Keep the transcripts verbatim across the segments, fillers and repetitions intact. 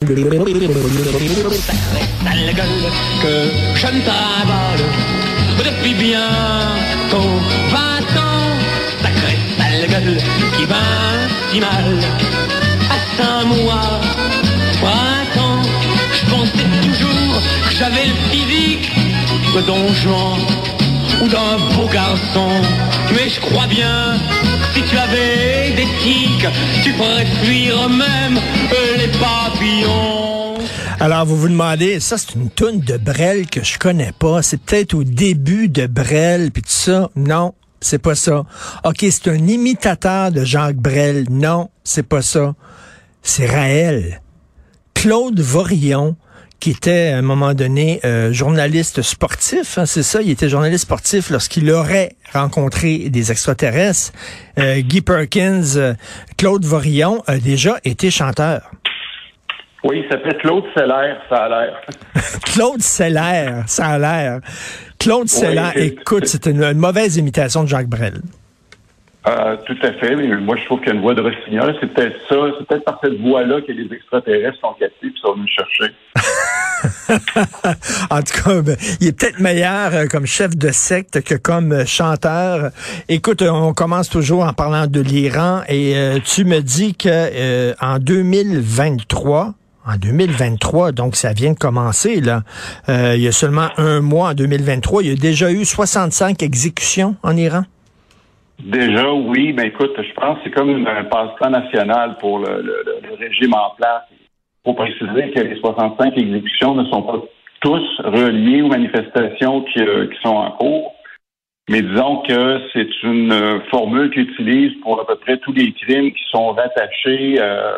T'as la gueule que je ne travaille depuis bientôt vingt ans. Sacré sale gueule qui va si mal. À cinq mois, printemps, je pensais toujours que j'avais le physique de Don Juan ou d'un beau garçon. Mais je crois bien que si tu avais des tiques, tu pourrais fuir même les papillons. Alors, vous vous demandez, ça, c'est une toune de Brel que je connais pas. C'est peut-être au début de Brel, puis tout ça. Non, c'est pas ça. OK, c'est un imitateur de Jacques Brel. Non, c'est pas ça. C'est Raël. Claude Vorillon, qui était, à un moment donné, euh, journaliste sportif, hein, c'est ça, il était journaliste sportif lorsqu'il aurait rencontré des extraterrestres. Euh, Guy Perkins, euh, Claude Vorillon a déjà été chanteur. Oui, il s'appelle Claude Seller, ça a l'air. Claude Seller, ça a l'air. Claude Seller, oui, écoute, c'est une, une mauvaise imitation de Jacques Brel. Euh, tout à fait, mais moi je trouve qu'il y a une voix de rossignol. C'est peut-être ça, c'est peut-être par cette voix-là que les extraterrestres sont captifs et sont venus chercher. En tout cas, ben, il est peut-être meilleur euh, comme chef de secte que comme euh, chanteur. Écoute, on commence toujours en parlant de l'Iran et euh, tu me dis que euh, en deux mille vingt-trois, en deux mille vingt-trois, donc ça vient de commencer là. Euh, il y a seulement un mois en deux mille vingt-trois, il y a déjà eu soixante-cinq exécutions en Iran. Déjà, oui. Ben écoute, je pense que c'est comme un passe-temps national pour le, le, le régime en place. Il faut préciser que les soixante-cinq exécutions ne sont pas tous reliées aux manifestations qui, euh, qui sont en cours. Mais disons que c'est une formule qu'ils utilisent pour à peu près tous les crimes qui sont rattachés euh,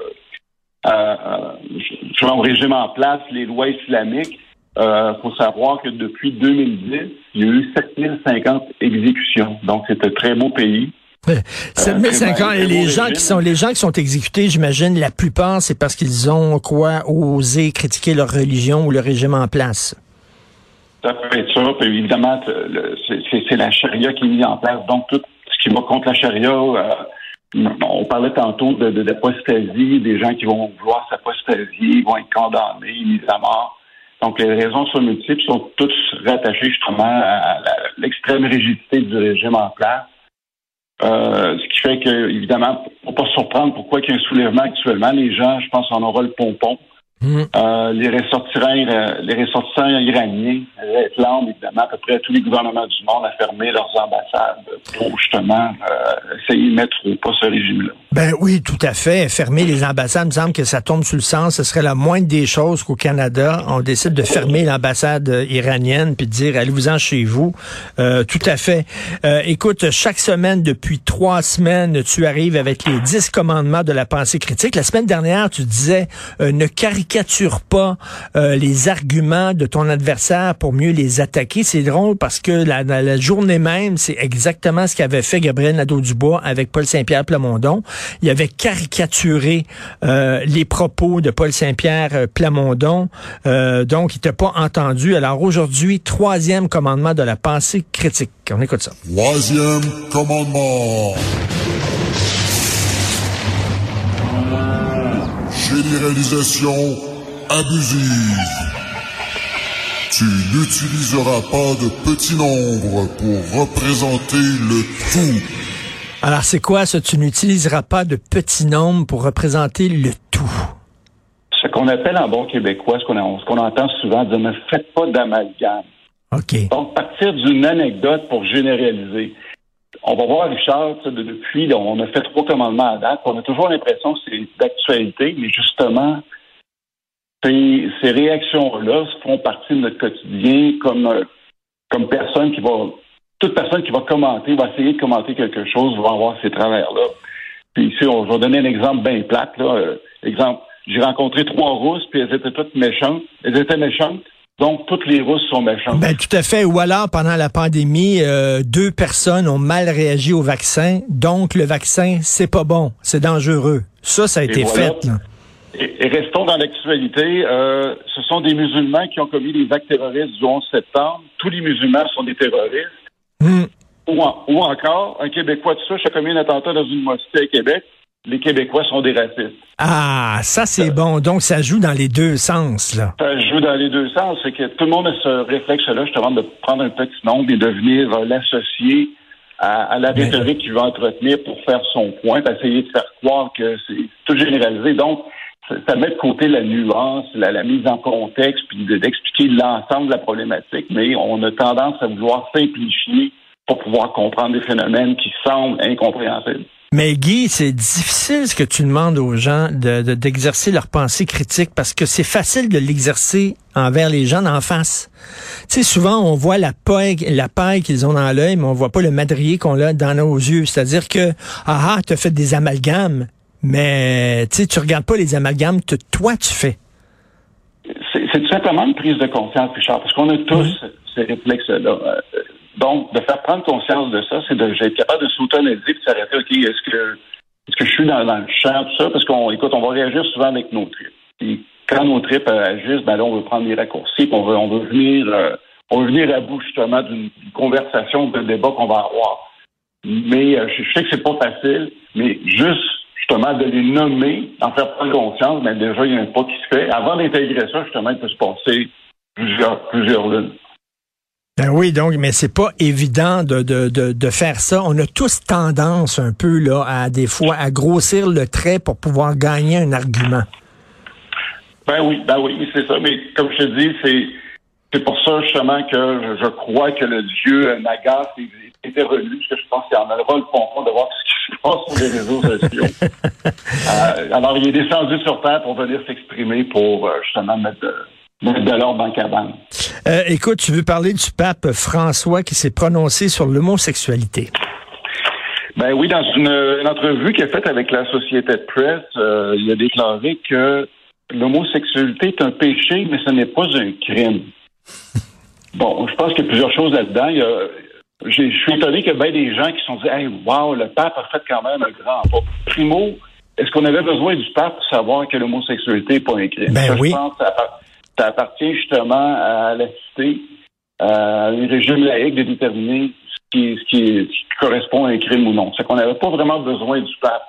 à, à, au régime en place, les lois islamiques. Il euh, faut savoir que depuis deux mille dix, il y a eu sept mille cinquante exécutions. Donc, c'est un très beau pays. sept mille cinquante, euh, et les gens, qui sont, les gens qui sont exécutés, j'imagine, la plupart, c'est parce qu'ils ont, quoi, osé critiquer leur religion ou le régime en place. Ça peut être ça. Puis évidemment, le, c'est, c'est, c'est la charia qui est mise en place. Donc, tout ce qui va contre la charia, euh, on parlait tantôt de, de, d'apostasie, des gens qui vont vouloir s'apostasier, vont être condamnés, mis à mort. Donc, les raisons sont multiples, sont toutes rattachées justement à la, l'extrême rigidité du régime en place. Euh, ce qui fait que, évidemment, il ne faut pas se surprendre pourquoi il y a un soulèvement actuellement. Les gens, je pense, en auront le pompon. Mmh. Euh, les ressortissants, les ressortissants iraniens réclament, évidemment, à peu près tous les gouvernements du monde à fermer leurs ambassades pour, justement, euh, essayer de mettre au pas ce régime-là. Ben oui, tout à fait. Fermer les ambassades, il me semble que ça tombe sous le sens. Ce serait la moindre des choses qu'au Canada, on décide de fermer l'ambassade iranienne puis de dire allez-vous-en chez vous. Euh, tout à fait. Euh, écoute, chaque semaine, depuis trois semaines, tu arrives avec les dix commandements de la pensée critique. La semaine dernière, tu disais euh, ne caricature pas euh, les arguments de ton adversaire pour mieux les attaquer. C'est drôle parce que la, la, la journée même, c'est exactement ce qu'avait fait Gabriel Nadeau-Dubois avec Paul Saint-Pierre Plamondon. Il avait caricaturé euh, les propos de Paul Saint-Pierre Plamondon, euh, donc il t'a pas entendu. Alors aujourd'hui, troisième commandement de la pensée critique. On écoute ça. Troisième commandement. Généralisation abusive. Tu n'utiliseras pas de petits nombres pour représenter le tout. Alors, c'est quoi ça? Tu n'utiliseras pas de petits nombres pour représenter le tout. Ce qu'on appelle en bon québécois, ce qu'on, a, ce qu'on entend souvent dire, ne faites pas d'amalgame. OK. Donc, partir d'une anecdote pour généraliser. On va voir, Richard, de, depuis, là, on a fait trois commandements à date. On a toujours l'impression que c'est d'actualité, mais justement, ces, ces réactions-là font partie de notre quotidien comme, comme personne qui va... Toute personne qui va commenter, va essayer de commenter quelque chose, va avoir ces travers-là. Puis ici, on, je vais donner un exemple bien plate. Là. Euh, exemple, j'ai rencontré trois Rousses, puis elles étaient toutes méchantes. Elles étaient méchantes, donc toutes les Rousses sont méchantes. Ben tout à fait. Ou alors, pendant la pandémie, euh, deux personnes ont mal réagi au vaccin, donc le vaccin, c'est pas bon, c'est dangereux. Ça, ça a été voilà. fait. Là. Et, et restons dans l'actualité. Euh, ce sont des musulmans qui ont commis des actes terroristes du onze septembre. Tous les musulmans sont des terroristes. Mmh. Ou, en, ou encore, un Québécois de souche a commis un attentat dans une mosquée à Québec. les Québécois sont des racistes. Ah, ça c'est euh, bon. Donc, ça joue dans les deux sens, là. Ça joue dans les deux sens. C'est que tout le monde a ce réflexe-là, justement, de prendre un petit nombre et de venir euh, l'associer à, à la rhétorique qu'il va entretenir pour faire son point, pour essayer de faire croire que c'est tout généralisé. Donc, ça, ça met de côté la nuance, la, la mise en contexte, puis de, d'expliquer l'ensemble de la problématique, mais on a tendance à vouloir simplifier pour pouvoir comprendre des phénomènes qui semblent incompréhensibles. Mais Guy, c'est difficile ce que tu demandes aux gens de, de, d'exercer leur pensée critique parce que c'est facile de l'exercer envers les gens d'en face. Tu sais, souvent, on voit la paille, la paille qu'ils ont dans l'œil, mais on voit pas le madrier qu'on a dans nos yeux. C'est-à-dire que, ah ah, t'as fait des amalgames, mais tu sais, tu regardes pas les amalgames que toi tu fais. C'est, c'est tout simplement une prise de conscience, Richard, parce qu'on a tous mmh. ces réflexes-là. Donc, de faire prendre conscience de ça, c'est de être capable de s'auto-analyser et de s'arrêter, OK, est-ce que est-ce que je suis dans, dans le champ, tout ça? Parce qu'on, écoute, on va réagir souvent avec nos tripes. Et quand nos tripes agissent, ben là, on veut prendre des raccourcis, puis on veut, on veut venir euh, on veut venir à bout, justement, d'une, d'une conversation, d'un débat qu'on va avoir. Mais euh, je, je sais que c'est pas facile, mais juste, justement, de les nommer, en faire prendre conscience, ben déjà, il y a un pas qui se fait. Avant d'intégrer ça, justement, il peut se passer plusieurs, plusieurs lunes. Ben oui, donc, mais c'est pas évident de, de, de, de faire ça. On a tous tendance un peu, là, à des fois, à grossir le trait pour pouvoir gagner un argument. Ben oui, ben oui, c'est ça. Mais comme je te dis, c'est, c'est pour ça, justement, que je, je crois que le dieu Nagas était relu, parce que je pense qu'il en aura le fond de voir ce qui se passe sur les réseaux sociaux. euh, alors, il est descendu sur Terre pour venir s'exprimer, pour, justement, mettre de, mettre de l'ordre dans la cabane. Euh, écoute, tu veux parler du pape François qui s'est prononcé sur l'homosexualité. Ben oui, dans une, une entrevue qu'il a faite avec la Associated Press, euh, il a déclaré que l'homosexualité est un péché, mais ce n'est pas un crime. Bon, je pense qu'il y a plusieurs choses là-dedans. Il y a, j'ai, je suis étonné qu'il y a bien des gens qui se sont dit « Hey, wow, le pape a fait quand même un grand pas. » Primo, est-ce qu'on avait besoin du pape pour savoir que l'homosexualité n'est pas un crime? Ben ça, oui. Je pense que ça, ça appartient justement à la cité, à un régime laïque de déterminer ce qui, ce qui, ce qui correspond à un crime ou non. C'est qu'on n'avait pas vraiment besoin du pape.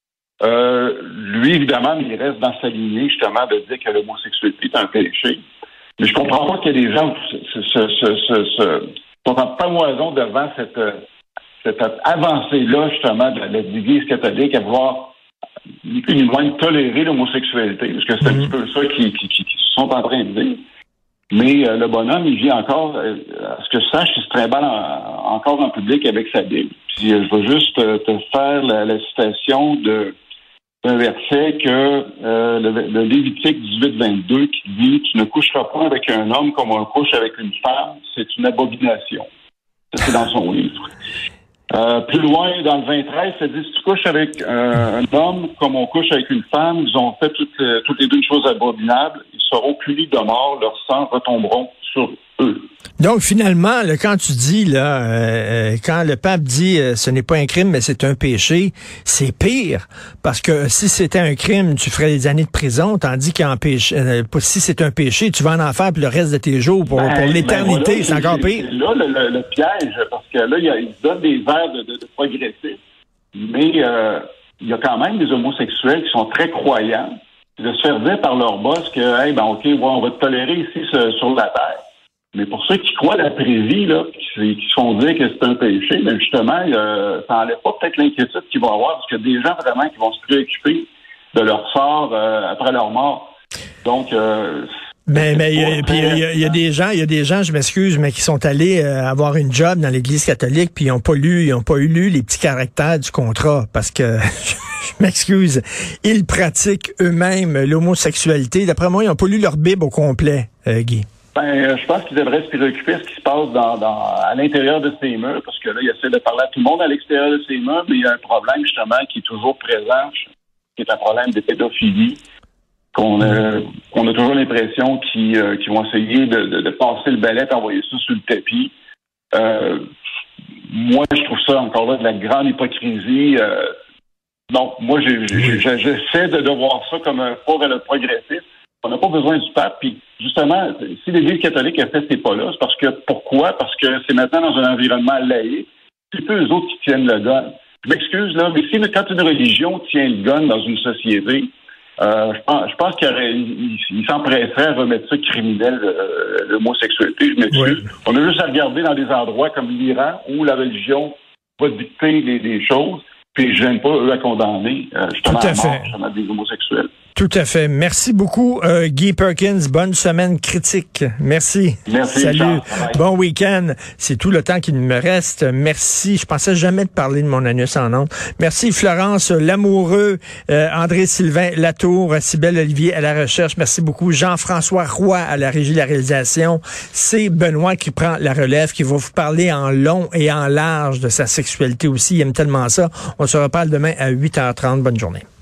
Euh, lui, évidemment, il reste dans sa lignée, justement, de dire que l'homosexualité est un péché. Mais je comprends pas qu'il y ait des gens qui se, se, se, se, se, sont en pamoison devant cette, cette avancée-là, justement, de l'Église catholique à vouloir ni plus ni moins tolérer l'homosexualité, parce que c'est mm-hmm. un petit peu ça qu'ils qui, qui, qui sont en train de dire. Mais euh, le bonhomme, il vit encore, euh, à ce que je sache, il se trimballe en, encore en public avec sa Bible. Puis euh, je vais juste euh, te faire la, la citation de d'un verset que euh, le, le Lévitique dix-huit vingt-deux qui dit « Tu ne coucheras pas avec un homme comme on couche avec une femme, c'est une abomination. » Ça, c'est dans son livre. Euh, plus loin, dans le vingt treize, ça dit « Si tu couches avec euh, un homme comme on couche avec une femme, ils ont fait toutes, euh, toutes les deux choses abominables, ils seront punis de mort, leurs sangs retomberont sur eux. » Donc, finalement, là, quand tu dis, là, euh, quand le pape dit euh, ce n'est pas un crime, mais c'est un péché, c'est pire. Parce que si c'était un crime, tu ferais des années de prison, tandis qu'en péché, euh, si c'est un péché, tu vas en enfer pour le reste de tes jours, pour, ben, pour l'éternité, ben voilà, c'est encore pire. C'est là le, le, le piège, parce que là, il, y a, il donne des airs de, de, de progressistes, mais euh, il y a quand même des homosexuels qui sont très croyants, de se faire dire par leur boss que, hey, ben ok, ouais, on va te tolérer ici ce, sur la terre. Mais pour ceux qui croient la prévie, là, qui, qui se font dire que c'est un péché, ben justement, euh, ça n'enlève pas peut-être l'inquiétude qu'ils vont avoir, parce qu'il y a des gens vraiment qui vont se préoccuper de leur sort euh, après leur mort. Donc, euh, mais mais il y, y, y a des gens, il y a des gens, je m'excuse, mais qui sont allés euh, avoir une job dans l'Église catholique, puis ils n'ont pas lu, ils n'ont pas eu lu les petits caractères du contrat, parce que je m'excuse, ils pratiquent eux-mêmes l'homosexualité. D'après moi, ils n'ont pas lu leur Bible au complet, euh, Guy. Ben, je pense qu'ils devraient se préoccuper de ce qui se passe dans, dans, à l'intérieur de ces murs, parce que là, ils essaient de parler à tout le monde à l'extérieur de ces murs, mais il y a un problème, justement, qui est toujours présent, qui est un problème de pédophilie, qu'on a, qu'on a toujours l'impression qu'ils, euh, qu'ils vont essayer de, de, de passer le balai et envoyer ça sur le tapis. Euh, moi, je trouve ça encore là de la grande hypocrisie. Euh, donc, moi, j'ai, j'ai, j'essaie de, de voir ça comme un pas vers le progressisme. On n'a pas besoin du pape. Puis, justement, si l'Église catholique a fait ces pas-là, c'est parce que, pourquoi? Parce que c'est maintenant dans un environnement laïque. C'est peu eux autres qui tiennent le gun. je m'excuse, là, mais si quand une religion tient le gun dans une société, euh, je pense, je pense qu'il aurait, il, il s'empresserait à remettre ça criminel, euh, l'homosexualité. Je m'excuse. Oui. On a juste à regarder dans des endroits comme l'Iran où la religion va dicter les, les choses, puis je n'aime pas eux à condamner euh, justement à mort justement des homosexuels. Tout à fait. Merci beaucoup, euh, Guy Perkins. Bonne semaine critique. Merci. Merci. Salut. Bon week-end. C'est tout le temps qu'il me reste. Merci. Je pensais jamais te parler de mon anus en ondes. Merci, Florence Lamoureux, euh, André-Sylvain Latour, Cybèle Olivier à la recherche. Merci beaucoup. Jean-François Roy à la régie de la réalisation. C'est Benoît qui prend la relève, qui va vous parler en long et en large de sa sexualité aussi. Il aime tellement ça. On se reparle demain à huit heures trente. Bonne journée.